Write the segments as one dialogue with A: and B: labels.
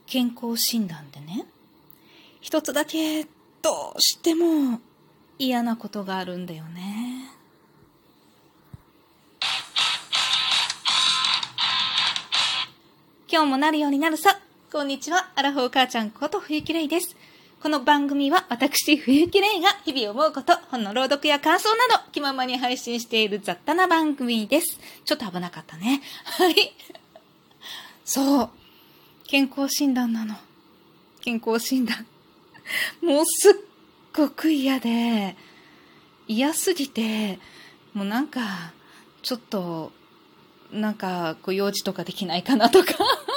A: 健康診断でね、一つだけどうしても嫌なことがあるんだよね。今日もなるようになるさ。こんにちは、アラフォー母ちゃんこと冬木玲です。この番組は私冬木玲が日々思うこと、本の朗読や感想など気ままに配信している雑多な番組です。ちょっと危なかったね。はい。そう。健康診断なの。健康診断。もうすっごく嫌で、嫌すぎて、もうなんか、ちょっと、用事とかできないかなとか。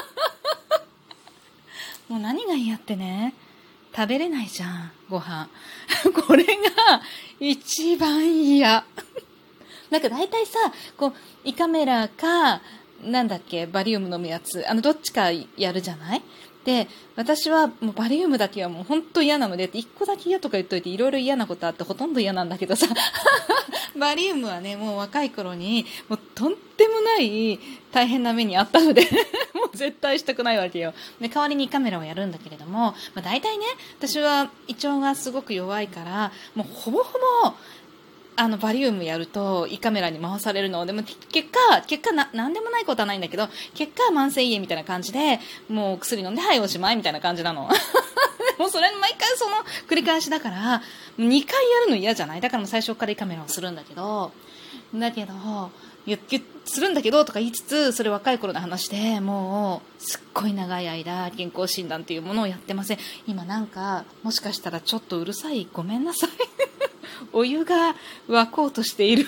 A: もう何が嫌ってね、食べれないじゃん、ご飯。これが一番嫌。なんか大体さ、胃カメラか、バリウム飲むやつ、どっちかやるじゃない？で、私はもうバリウムだけはもう本当嫌なので、一個だけ嫌とか言っといていろいろ嫌なことあってほとんど嫌なんだけどさ、バリウムはね、もう若い頃に、もうとんでもない大変な目にあったので、もう絶対したくないわけよ。で、代わりにカメラをやるんだけれども、大体ね、私は胃腸がすごく弱いから、もうほぼほぼ、バリウムやると胃カメラに回されるのでも結果なんでもないことはないんだけど、結果慢性胃炎みたいな感じで、もう薬飲んではいおしまいみたいな感じなの。もうそれ毎回その繰り返しだから、2回やるの嫌じゃない？だからもう最初から胃カメラをするんだけど、するんだけどとか言いつつ、それ若い頃の話で、もうすっごい長い間健康診断っていうものをやってません。今もしかしたらちょっとうるさい？ごめんなさい。お湯が沸こうとしている。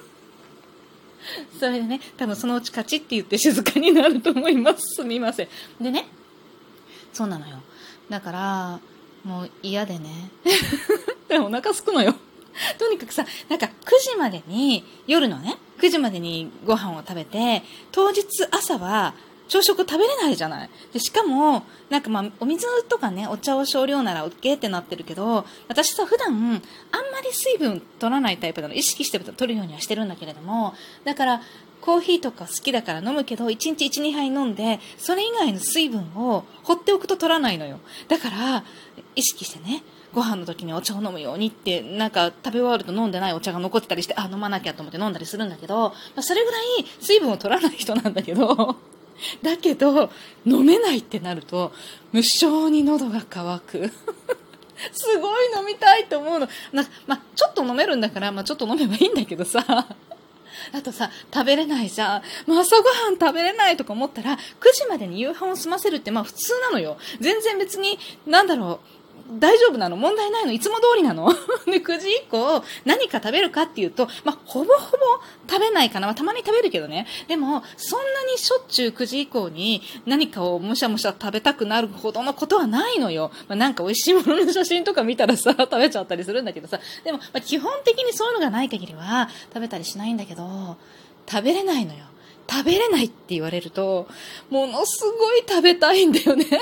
A: それでね、多分そのうちカチって言って静かになると思います。すみません。でね、そうなのよ。だからもう嫌でね。でもお腹すくのよ。とにかくさ、9時までに、夜のね、9時までにご飯を食べて、当日朝は朝食食べれないじゃない。で、しかも、お水とかね、お茶を少量なら OK ってなってるけど、私さ、普段、あんまり水分取らないタイプなの。意識して取るようにはしてるんだけれども、だから、コーヒーとか好きだから飲むけど、1日1、2杯飲んで、それ以外の水分を放っておくと取らないのよ。だから、意識してね、ご飯の時にお茶を飲むようにって、食べ終わると飲んでないお茶が残ってたりして、飲まなきゃと思って飲んだりするんだけど、それぐらい水分を取らない人なんだけど、だけど、飲めないってなると、無性に喉が渇く。すごい飲みたいと思うの。ちょっと飲めるんだから、ちょっと飲めばいいんだけどさ。あとさ、食べれないじゃん。朝ごはん食べれないとか思ったら、9時までに夕飯を済ませるって普通なのよ。全然別に、大丈夫なの？問題ないの？いつも通りなの？で、9時以降何か食べるかっていうと、ほぼほぼ食べないかな。たまに食べるけどね。でも、そんなにしょっちゅう9時以降に何かをむしゃむしゃ食べたくなるほどのことはないのよ。美味しいものの写真とか見たらさ、食べちゃったりするんだけどさ。でも、基本的にそういうのがない限りは食べたりしないんだけど、食べれないのよ。食べれないって言われると、ものすごい食べたいんだよね。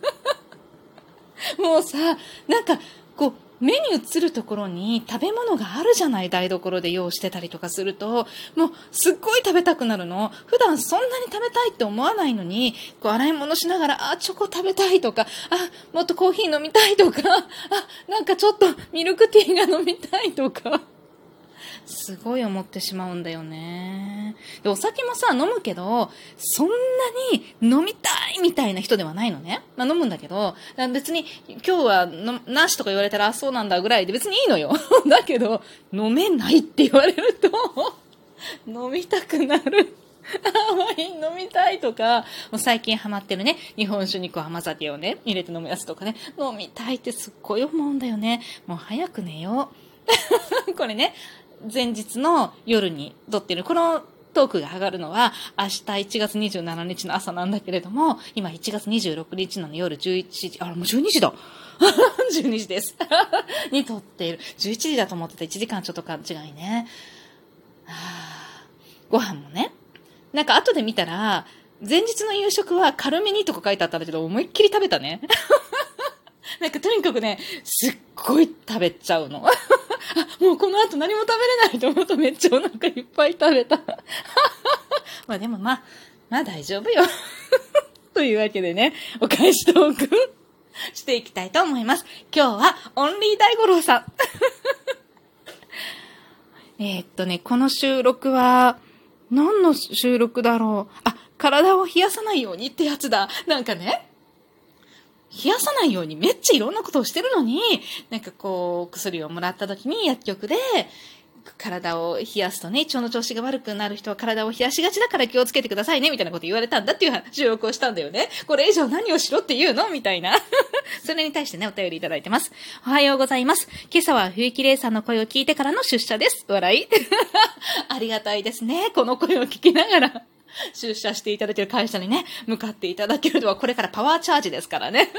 A: もうさ、目に映るところに食べ物があるじゃない？台所で用意してたりとかすると、もうすっごい食べたくなるの。普段そんなに食べたいって思わないのに、洗い物しながら、チョコ食べたいとか、もっとコーヒー飲みたいとか、ちょっとミルクティーが飲みたいとか。すごい思ってしまうんだよね。で、お酒もさ、飲むけど、そんなに飲みたいみたいな人ではないのね。飲むんだけど、別に今日はなしとか言われたら、そうなんだぐらいで別にいいのよ。だけど、飲めないって言われると、飲みたくなる。ワイン飲みたいとか、もう最近ハマってるね、日本酒に甘酒をね、入れて飲むやつとかね、飲みたいってすっごい思うんだよね。もう早く寝よう。これね、前日の夜に撮ってるこのトークが上がるのは明日1月27日の朝なんだけれども、今1月26日の夜11時、もう12時だ。12時です。に撮っている。11時だと思ってた。1時間ちょっと勘違いね。ご飯もね。後で見たら、前日の夕食は軽めにとか書いてあったんだけど、思いっきり食べたね。とにかくね、すっごい食べちゃうの。もうこの後何も食べれないと思うとめっちゃお腹いっぱい食べた。でも大丈夫よ。 というわけでね、お返しトークしていきたいと思います。今日はオンリー大五郎さん。この収録は、何の収録だろう。体を冷やさないようにってやつだ。なんかね、冷やさないようにめっちゃいろんなことをしてるのに、なんかこう、薬をもらった時に薬局で、体を冷やすとね、腸の調子が悪くなる人は体を冷やしがちだから気をつけてくださいね、みたいなこと言われたんだっていう収録をしたんだよね。これ以上何をしろって言うのみたいな。それに対してね、お便りいただいてます。おはようございます。今朝は冬木玲さんの声を聞いてからの出社です。笑い。ありがたいですね。この声を聞きながら。出社していただける会社にね、向かっていただけるのはこれからパワーチャージですからね。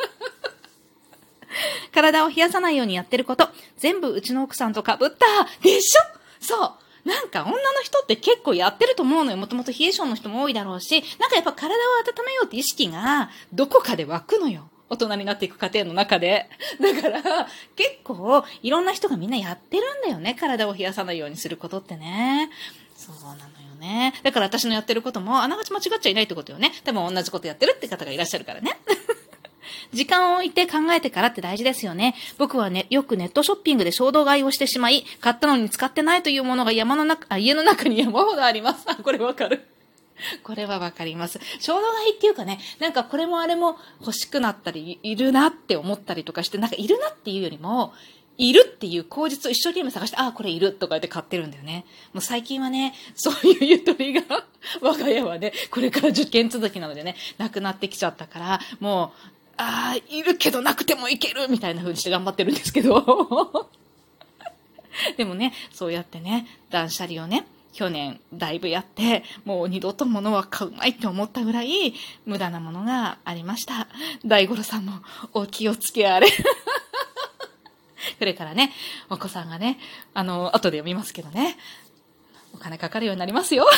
A: 体を冷やさないようにやってること、全部うちの奥さんと被ったでしょ。そう。なんか女の人って結構やってると思うのよ。もともと冷え性の人も多いだろうし、なんかやっぱ体を温めようって意識がどこかで湧くのよ。大人になっていく過程の中で。だから、結構いろんな人がみんなやってるんだよね。体を冷やさないようにすることってね。そうなのよね。だから私のやってることもあながち間違っちゃいないってことよね。多分同じことやってるって方がいらっしゃるからね。時間を置いて考えてからって大事ですよね。僕はね、よくネットショッピングで衝動買いをしてしまい、買ったのに使ってないというものが家の中に山ほどあります。これわかる。これはわかります。衝動買いっていうかね、なんかこれもあれも欲しくなったり、いるなって思ったりとかして、なんかいるなっていうよりも、いるっていう口実を一生懸命探して、これいるとか言って買ってるんだよね。もう最近はね、そういうゆとりが、我が家はね、これから受験続きなのでね、なくなってきちゃったから、もう、いるけどなくてもいけるみたいな風にして頑張ってるんですけど。でもね、そうやってね、断捨離をね、去年だいぶやって、もう二度と物は買うまいって思ったぐらい、無駄なものがありました。大五郎さんもお気をつけあれ。それからね、お子さんがね、後で読みますけどね、お金かかるようになりますよ。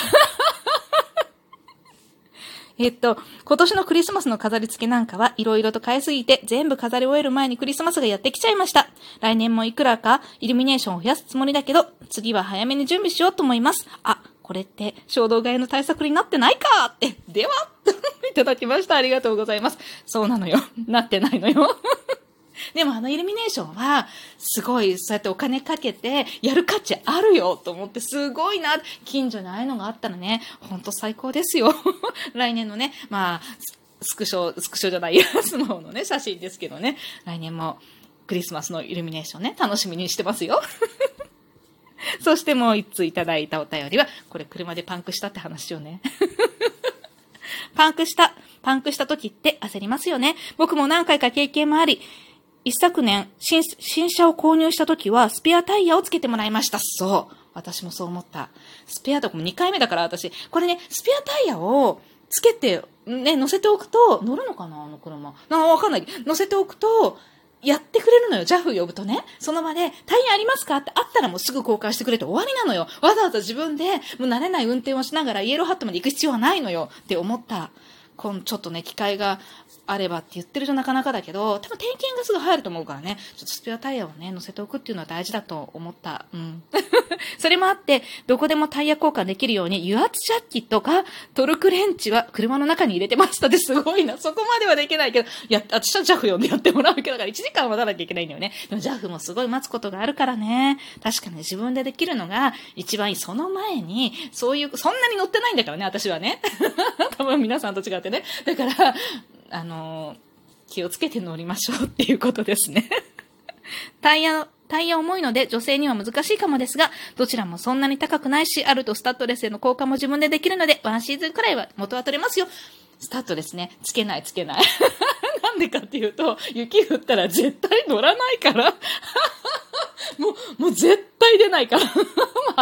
A: 今年のクリスマスの飾り付けなんかはいろいろと買いすぎて全部飾り終える前にクリスマスがやってきちゃいました。来年もいくらかイルミネーションを増やすつもりだけど、次は早めに準備しようと思います。これって衝動買いの対策になってないかって。では、いただきました。ありがとうございます。そうなのよ。なってないのよ。でもイルミネーションは、すごい、そうやってお金かけて、やる価値あるよと思って、すごいな。近所にああいうのがあったらね、ほんと最高ですよ。来年のね、スクショじゃないや、スマホのね、写真ですけどね、来年もクリスマスのイルミネーションね、楽しみにしてますよ。そしてもう一通いただいたお便りは、これ車でパンクしたって話よね。パンクした時って焦りますよね。僕も何回か経験もあり、一昨年、新車を購入した時は、スペアタイヤをつけてもらいました。そう。私もそう思った。スペアとかも2回目だから私。これね、スペアタイヤをつけて、ね、乗せておくと、乗るのかなあの車。わかんない。乗せておくと、やってくれるのよ。JAF 呼ぶとね。その場で、タイヤありますかってあったらもうすぐ交換してくれて終わりなのよ。わざわざ自分で、もう慣れない運転をしながらイエローハットまで行く必要はないのよ。って思った。ちょっとね、機会があればって言ってるとなかなかだけど、多分点検がすぐ入ると思うからね、ちょっとスペアタイヤをね、乗せておくっていうのは大事だと思った。うん。それもあって、どこでもタイヤ交換できるように、油圧ジャッキとか、トルクレンチは車の中に入れてましたってすごいな。そこまではできないけど、私は JAF 呼んでやってもらうけど、だから1時間待たなきゃいけないんだよね。でも JAF もすごい待つことがあるからね。確かに自分でできるのが一番いい。その前に、そんなに乗ってないんだからね、私はね。多分皆さんと違ってね。だから、気をつけて乗りましょうっていうことですね。タイヤ重いので女性には難しいかもですが、どちらもそんなに高くないし、あるとスタッドレスへの交換も自分でできるので、ワンシーズンくらいは元は取れますよ。スタッドレスね、つけない。なんでかっていうと、雪降ったら絶対乗らないから。もう絶対出ないから。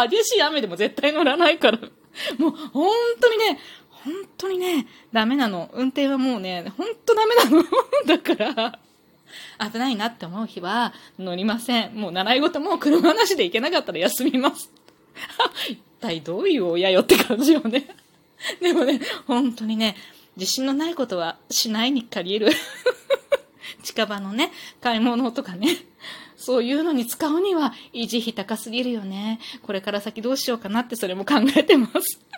A: 激しい雨でも絶対乗らないから。もう本当にね、ダメなの。運転はもうね、本当ダメなの。だから、危ないなって思う日は乗りません。もう習い事も車なしで行けなかったら休みます。一体どういう親よって感じよね。でもね、本当にね、自信のないことはしないに借りえる。近場のね、買い物とかね、そういうのに使うには維持費高すぎるよね。これから先どうしようかなってそれも考えてます。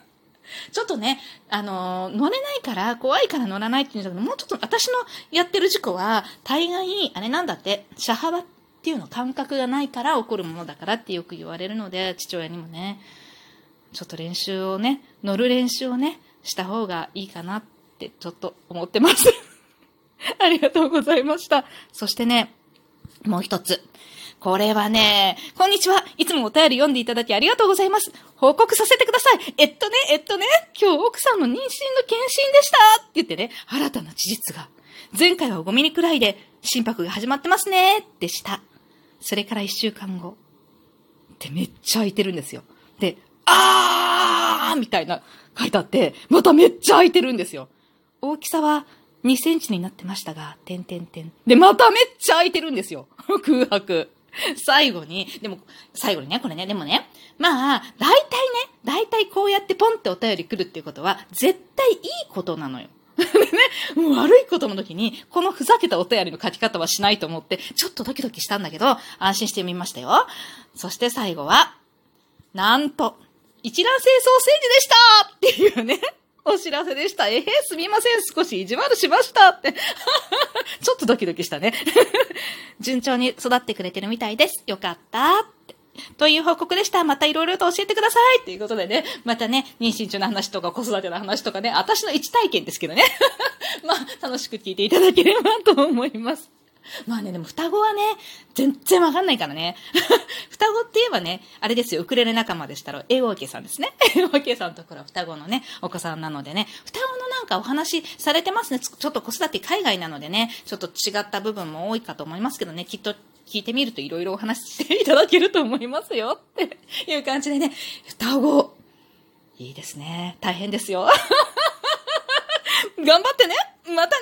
A: ちょっとね、乗れないから怖いから乗らないっていうんだけど、もうちょっと私のやってる事故は大概あれなんだって、車幅っていうの感覚がないから起こるものだからってよく言われるので、父親にもね、ちょっと練習をね、乗る練習をね、した方がいいかなってちょっと思ってますありがとうございました。そしてね、もう一つ。これはね、こんにちは。いつもお便り読んでいただきありがとうございます。報告させてください。今日奥さんの妊娠の検診でしたって言ってね、新たな事実が。前回は5ミリくらいで心拍が始まってますね、でした。それから1週間後。ってめっちゃ空いてるんですよ。で、みたいな書いてあって、まためっちゃ空いてるんですよ。大きさは2センチになってましたが、で、まためっちゃ空いてるんですよ。空白。最後にね、これね、でもね、まあ、大体こうやってポンってお便り来るっていうことは、絶対いいことなのよ。でね、もう悪いことの時に、このふざけたお便りの書き方はしないと思って、ちょっとドキドキしたんだけど、安心してみましたよ。そして最後は、なんと、一卵性ソーセージでしたっていうね、お知らせでした。すみません。少し意地悪しましたって。ちょっとドキドキしたね。順調に育ってくれてるみたいです。よかったって。という報告でした。またいろいろと教えてくださいっていうことでね、またね、妊娠中の話とか子育ての話とかね、私の一体験ですけどね。まあ、楽しく聞いていただければと思います。まあね、でも双子はね、全然わかんないからね。双子って言えばね、あれですよ、ウクレレ仲間でしたら、英語家さんですね。英語家さんのところは双子のね、お子さんなのでね、双子のなんかお話されてますね。ちょっと子育て海外なのでね、ちょっと違った部分も多いかと思いますけどね、きっと聞いてみるといろいろお話ししていただけると思いますよっていう感じでね、双子、いいですね。大変ですよ。頑張ってね。またね。